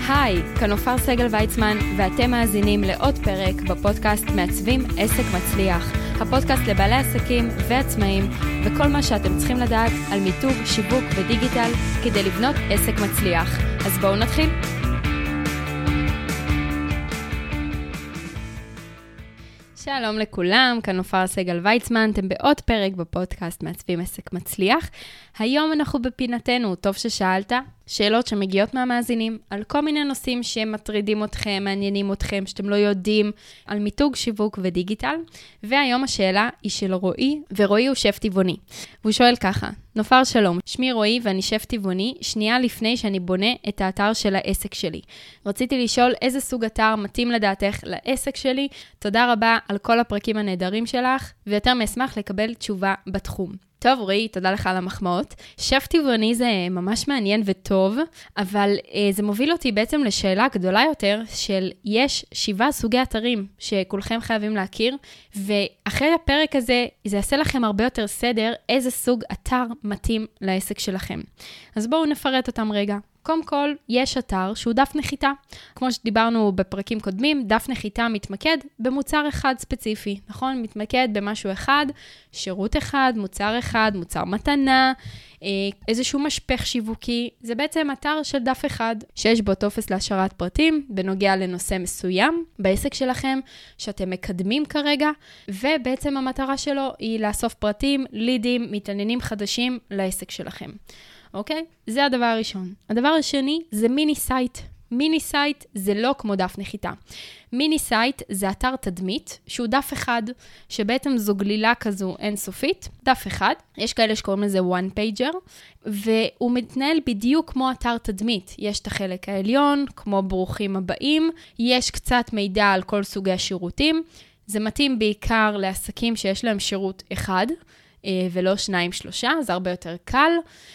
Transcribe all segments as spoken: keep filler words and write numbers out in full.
היי, כאן נופר סגל ויצמן, ואתם מאזינים לעוד פרק בפודקאסט מעצבים עסק מצליח. הפודקאסט לבעלי עסקים ועצמאים, וכל מה שאתם צריכים לדעת על מיתוג, שיווק ודיגיטל כדי לבנות עסק מצליח. אז בואו נתחיל. שלום לכולם, כאן נופר סגל ויצמן, אתם בעוד פרק בפודקאסט מעצבים עסק מצליח. היום אנחנו בפינתנו, טוב ששאלת, שאלות שמגיעות מהמאזינים על כל מיני נושאים שמטרידים אתכם, מעניינים אתכם, שאתם לא יודעים על מיתוג, שיווק ודיגיטל. והיום השאלה היא של רועי, ורועי הוא שף טבעוני. והוא שואל ככה, נופר שלום, שמי רועי ואני שף טבעוני, שנייה לפני שאני בונה את האתר של העסק שלי. רציתי לשאול איזה סוג אתר מתאים לדעתך לעסק שלי. תודה רבה על כל הפרקים הנהדרים שלך, ויותר מאשמח לקבל תשובה בתחום. טוב, רועי, תודה לך על המחמאות. שף טבעוני זה ממש מעניין וטוב, אבל אה, זה מוביל אותי בעצם לשאלה גדולה יותר של יש שבעה סוגי אתרים שכולכם חייבים להכיר, ואחרי הפרק הזה זה יעשה לכם הרבה יותר סדר איזה סוג אתר מתאים לעסק שלכם. אז בואו נפרט אותם רגע. קודם כל, יש אתר שהוא דף נחיתה. כמו שדיברנו בפרקים קודמים, דף נחיתה מתמקד במוצר אחד ספציפי, נכון? מתמקד במשהו אחד, שירות אחד, מוצר אחד, מוצר מתנה, איזשהו משפך שיווקי. זה בעצם אתר של דף אחד, שיש בו טופס להשארת פרטים, בנוגע לנושא מסוים בעסק שלכם, שאתם מקדמים כרגע, ובעצם המטרה שלו היא לאסוף פרטים, לידים, מתעניינים חדשים לעסק שלכם. אוקיי? זה הדבר הראשון. הדבר השני זה מיני סייט. מיני סייט זה לא כמו דף נחיתה. מיני סייט זה אתר תדמית, שהוא דף אחד, שבעצם זו גלילה כזו אינסופית, דף אחד. יש כאלה שקוראים לזה one pager, והוא מתנהל בדיוק כמו אתר תדמית. יש את החלק העליון, כמו ברוכים הבאים, יש קצת מידע על כל סוגי השירותים. זה מתאים בעיקר לעסקים שיש להם שירות אחד, ולא שניים שלושה, זה הרבה יותר קל.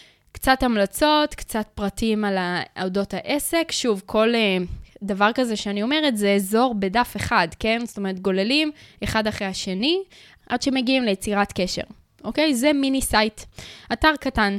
קצת המלצות, קצת פרטים על אודות העסק. שוב, כל דבר כזה שאני אומרת, זה אזור בדף אחד, כן? זאת אומרת, גוללים אחד אחרי השני, עד שמגיעים ליצירת קשר. אוקיי? זה מיני סייט. אתר קטן.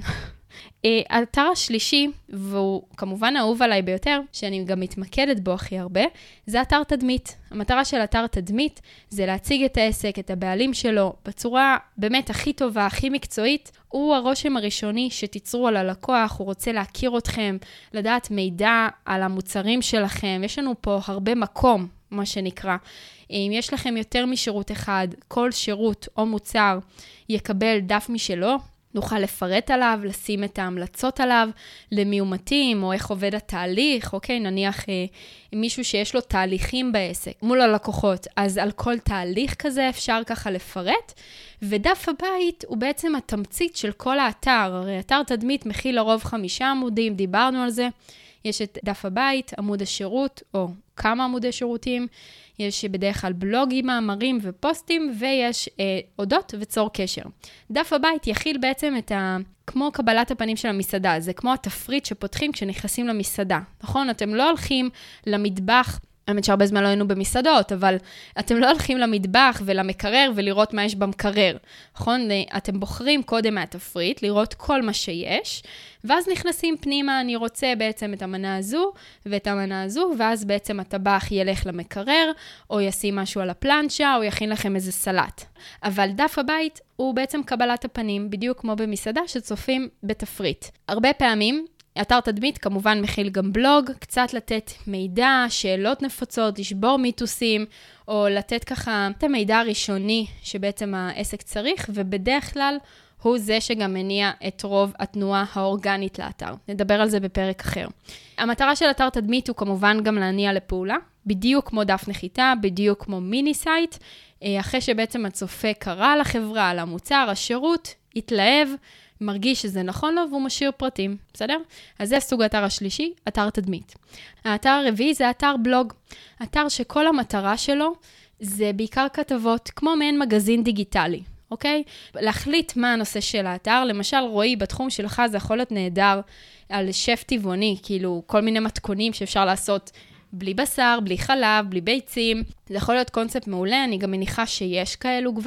האתר השלישי, והוא כמובן אהוב עליי ביותר, שאני גם מתמקדת בו הכי הרבה, זה אתר תדמית. המטרה של אתר תדמית זה להציג את העסק, את הבעלים שלו, בצורה באמת הכי טובה, הכי מקצועית. הוא הרושם הראשוני שתיצרו על הלקוח, הוא רוצה להכיר אתכם, לדעת מידע על המוצרים שלכם. יש לנו פה הרבה מקום, מה שנקרא. אם יש לכם יותר משירות אחד, כל שירות או מוצר יקבל דף משלו, נוכל לפרט עליו, לשים את ההמלצות עליו, למי הוא מתאים, או איך עובד התהליך, אוקיי, נניח אה, מישהו שיש לו תהליכים בעסק מול הלקוחות, אז על כל תהליך כזה אפשר ככה לפרט, ודף הבית הוא בעצם התמצית של כל האתר, הרי אתר תדמית מכיל לרוב חמישה עמודים, דיברנו על זה, יש את דף הבית, עמוד השירות, או כמה עמודי שירותים, יש בדרך כלל בלוגים, מאמרים ופוסטים, ויש אה, אודות וצור קשר. דף הבית יכיל בעצם את ה... כמו קבלת הפנים של המסעדה, זה כמו התפריט שפותחים כשנכנסים למסעדה, נכון? אתם לא הולכים למטבח, האמת שהרבה זמן לא היינו במסעדות, אבל אתם לא הולכים למטבח ולמקרר ולראות מה יש במקרר, נכון? אתם בוחרים קודם מהתפריט, לראות כל מה שיש, ואז נכנסים פנימה, אני רוצה בעצם את המנה הזו ואת המנה הזו, ואז בעצם הטבח ילך למקרר, או ישים משהו על הפלנצ'ה, או יכין לכם איזה סלט. אבל דף הבית הוא בעצם קבלת הפנים, בדיוק כמו במסעדה שצופים בתפריט. הרבה פעמים, אתר תדמית כמובן מכיל גם בלוג, קצת לתת מידע, שאלות נפוצות, לשבור מיתוסים, או לתת ככה את המידע הראשוני שבעצם העסק צריך, ובדרך כלל הוא זה שגם מניע את רוב התנועה האורגנית לאתר. נדבר על זה בפרק אחר. המטרה של אתר תדמית הוא כמובן גם להניע לפעולה, בדיוק כמו דף נחיתה, בדיוק כמו מיני סייט, אחרי שבעצם הצופה קרא לחברה, על המוצר, השירות, התלהב, מרגיש שזה נכון לו והוא משאיר פרטים, בסדר? אז זה סוג האתר השלישי, אתר תדמית. האתר הרביעי זה אתר בלוג. אתר שכל המטרה שלו זה בעיקר כתבות, כמו מעין מגזין דיגיטלי, אוקיי? להחליט מה הנושא של האתר, למשל רועי בתחום שלך זה יכול להיות נהדר על שף טבעוני, כאילו כל מיני מתכונים שאפשר לעשות בלי בשר, בלי חלב, בלי ביצים. זה יכול להיות קונספט מעולה, אני גם מניחה שיש כאלו כבר,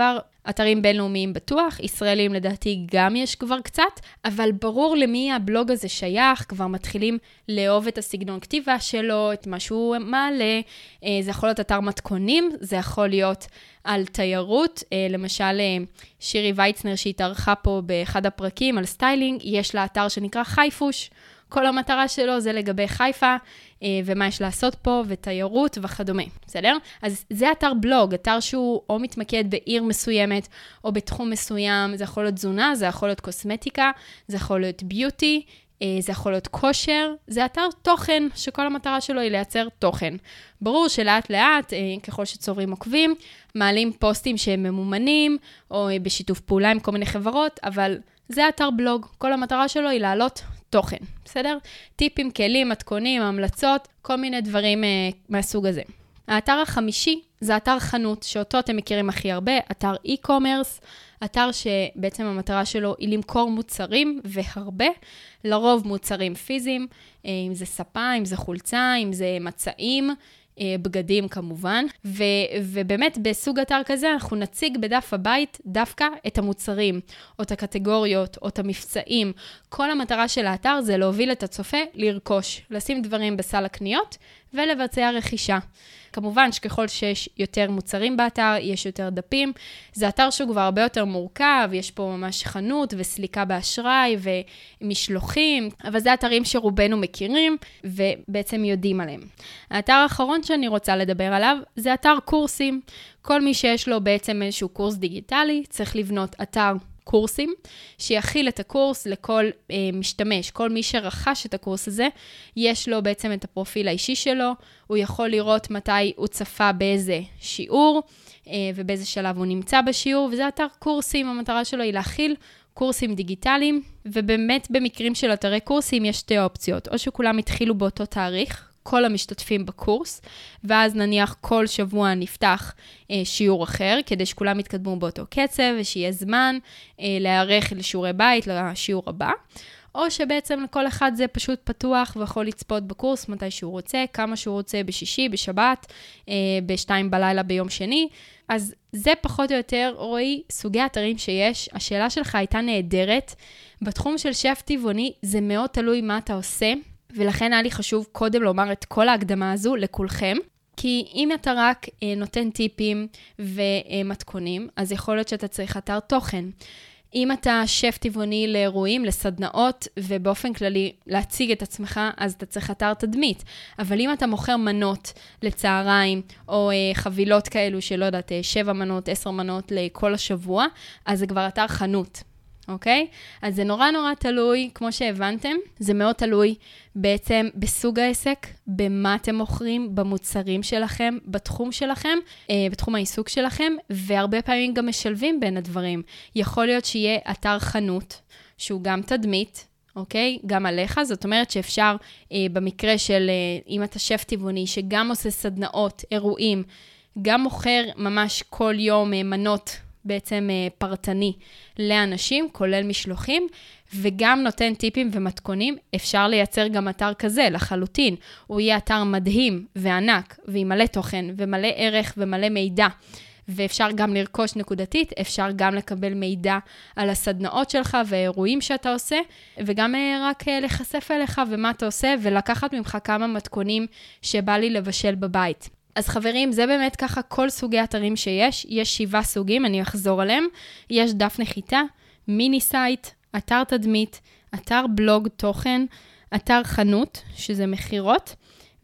אתרים בינלאומיים בטוח, ישראלים לדעתי גם יש כבר קצת, אבל ברור למי הבלוג הזה שייך, כבר מתחילים לאהוב את הסגנון כתיבה שלו, את מה שהוא מעלה, זה יכול להיות אתר מתכונים, זה יכול להיות על תיירות, למשל שירי ויצנר שהתארחה פה באחד הפרקים על סטיילינג, יש לה אתר שנקרא חייפוש, כל המטרה שלו זה לגבי חיפה, ומה יש לעשות פה, ותיירות וכדומה, בסדר? אז זה אתר בלוג, אתר שהוא או מתמקד בעיר מסוימת, או בתחום מסוים, זה יכול להיות תזונה, זה יכול להיות קוסמטיקה, זה יכול להיות ביוטי, זה יכול להיות כושר, זה אתר תוכן, שכל המטרה שלו היא לייצר תוכן. ברור שלאט לאט, ככל שצוברים עוקבים, מעלים פוסטים שהם ממומנים, או בשיתוף פעולה עם כל מיני חברות, אבל זה אתר בלוג, כל המטרה שלו היא להעלות תוכן, בסדר? טיפים, כלים, מתכונים, המלצות, כל מיני דברים אה, מהסוג הזה. האתר החמישי זה אתר חנות, שאותו אתם מכירים הכי הרבה, אתר e-commerce, אתר שבעצם המטרה שלו היא למכור מוצרים והרבה, לרוב מוצרים פיזיים, אה, אם זה ספה, אם זה חולצה, אם זה מצעים, בגדים כמובן, ו, ובאמת בסוג אתר כזה אנחנו נציג בדף הבית דווקא את המוצרים, או את הקטגוריות, או את המבצעים. כל המטרה של האתר זה להוביל את הצופה לרכוש, לשים דברים בסל הקניות ולבצע רכישה. כמובן שככל שיש יותר מוצרים באתר, יש יותר דפים. זה אתר שהוא כבר הרבה יותר מורכב, יש פה ממש חנות וסליקה באשראי ומשלוחים, אבל זה אתרים שרובנו מכירים ובעצם יודעים עליהם. האתר האחרון שאני רוצה לדבר עליו זה אתר קורסים. כל מי שיש לו בעצם איזשהו קורס דיגיטלי צריך לבנות אתר קורסים, שיכיל את הקורס לכל אה, משתמש. כל מי שרכש את הקורס הזה, יש לו בעצם את הפרופיל האישי שלו, הוא יכול לראות מתי הוא צפה באיזה שיעור, אה, ובאיזה שלב הוא נמצא בשיעור, וזה אתר קורסים, המטרה שלו היא להכיל קורסים דיגיטליים, ובאמת במקרים של אתרי קורסים יש שתי אופציות, או שכולם התחילו באותו תאריך, כל המשתתפים בקורס, ואז נניח כל שבוע נפתח אה, שיעור אחר, כדי שכולם יתקדמו באותו קצב, ושיהיה זמן אה, להיערך לשיעורי בית, לשיעור הבא, או שבעצם לכל אחד זה פשוט פתוח, ויכול לצפות בקורס מתי שהוא רוצה, כמה שהוא רוצה בשישי, בשבת, אה, בשתיים בלילה ביום שני, אז זה פחות או יותר, רואי, סוגי אתרים שיש, השאלה שלך הייתה נהדרת, בתחום של שף טבעוני זה מאוד תלוי מה אתה עושה, ולכן היה לי חשוב קודם לומר את כל ההקדמה הזו לכולכם, כי אם אתה רק אה, נותן טיפים ומתכונים, אז יכול להיות שאתה צריך אתר תוכן. אם אתה שף טבעוני לאירועים, לסדנאות, ובאופן כללי להציג את עצמך, אז אתה צריך אתר תדמית. אבל אם אתה מוכר מנות לצהריים, או אה, חבילות כאלו שלא יודעת, שבע מנות, עשר מנות לכל השבוע, אז זה כבר אתר חנות. אוקיי? אז זה נורא נורא תלוי, כמו שהבנתם, זה מאוד תלוי בעצם בסוג העסק, במה אתם מוכרים, במוצרים שלכם, בתחום שלכם, אה, בתחום העיסוק שלכם, והרבה פעמים גם משלבים בין הדברים. יכול להיות שיהיה אתר חנות, שהוא גם תדמית, אוקיי? גם עליך, זאת אומרת שאפשר אה, במקרה של, אה, אם אתה שף טבעוני, שגם עושה סדנאות, אירועים, גם מוכר ממש כל יום אה, מנות, בעצם פרטני לאנשים, כולל משלוחים, וגם נותן טיפים ומתכונים, אפשר לייצר גם אתר כזה, לחלוטין. הוא יהיה אתר מדהים וענק, ועם מלא תוכן, ומלא ערך ומלא מידע. ואפשר גם לרכוש נקודתית, אפשר גם לקבל מידע על הסדנאות שלך והאירועים שאתה עושה, וגם רק לחשף אליך ומה אתה עושה, ולקחת ממך כמה מתכונים שבא לי לבשל בבית. אז חברים, זה באמת ככה כל סוגי אתרים שיש, יש שבעה סוגים, אני אחזור עליהם, יש דף נחיתה, מיני סייט, אתר תדמית, אתר בלוג תוכן, אתר חנות, שזה מחירות,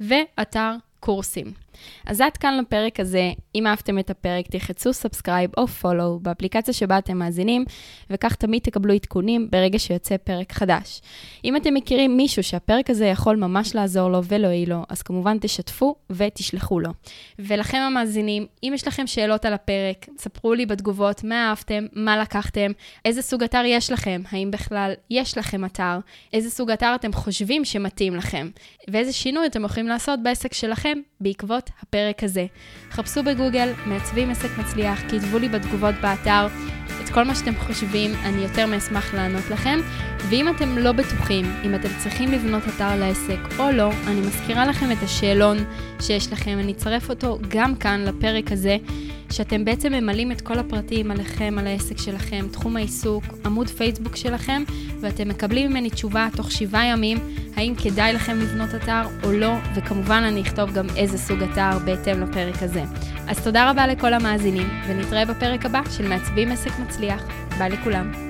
ואתר קורסים. אז עד כאן לפרק הזה, אם אהבתם את הפרק, תחצו סאבסקרייב או פולו באפליקציה שבה אתם מאזינים, וכך תמיד תקבלו עדכונים ברגע שיוצא פרק חדש. אם אתם מכירים מישהו שהפרק הזה יכול ממש לעזור לו ולהועיל לו, אז כמובן תשתפו ותשלחו לו. ולכם המאזינים, אם יש לכם שאלות על הפרק, ספרו לי בתגובות מה אהבתם, מה לקחתם, איזה סוג אתר יש לכם, האם בכלל יש לכם אתר, איזה סוג אתר אתם חושבים שמתאים לכם, ואיזה שינוי אתם יכולים לעשות בעסק שלכם בעקבות הפרק הזה. חפשו בגוגל, מעצבים עסק מצליח, כתבו לי בתגובות באתר את כל מה שאתם חושבים, אני יותר מאשמח לענות לכם. ואם אתם לא בטוחים, אם אתם צריכים לבנות אתר לעסק או לא, אני מזכירה לכם את השאלון שיש לכם, אני אצרף אותו גם כאן לפרק הזה, שאתם בעצם ממלאים את כל הפרטים עליכם, על העסק שלכם, תחום העיסוק, עמוד פייסבוק שלכם, ואתם מקבלים ממני תשובה תוך שבעה ימים, האם כדאי לכם לבנות אתר או לא, וכמובן אני אכתוב גם איזה סוג אתר בהתאם לפרק הזה. אז תודה רבה לכל המאזינים, ונתראה בפרק הבא של מעצבים עסק מצליח. ביי לכולם.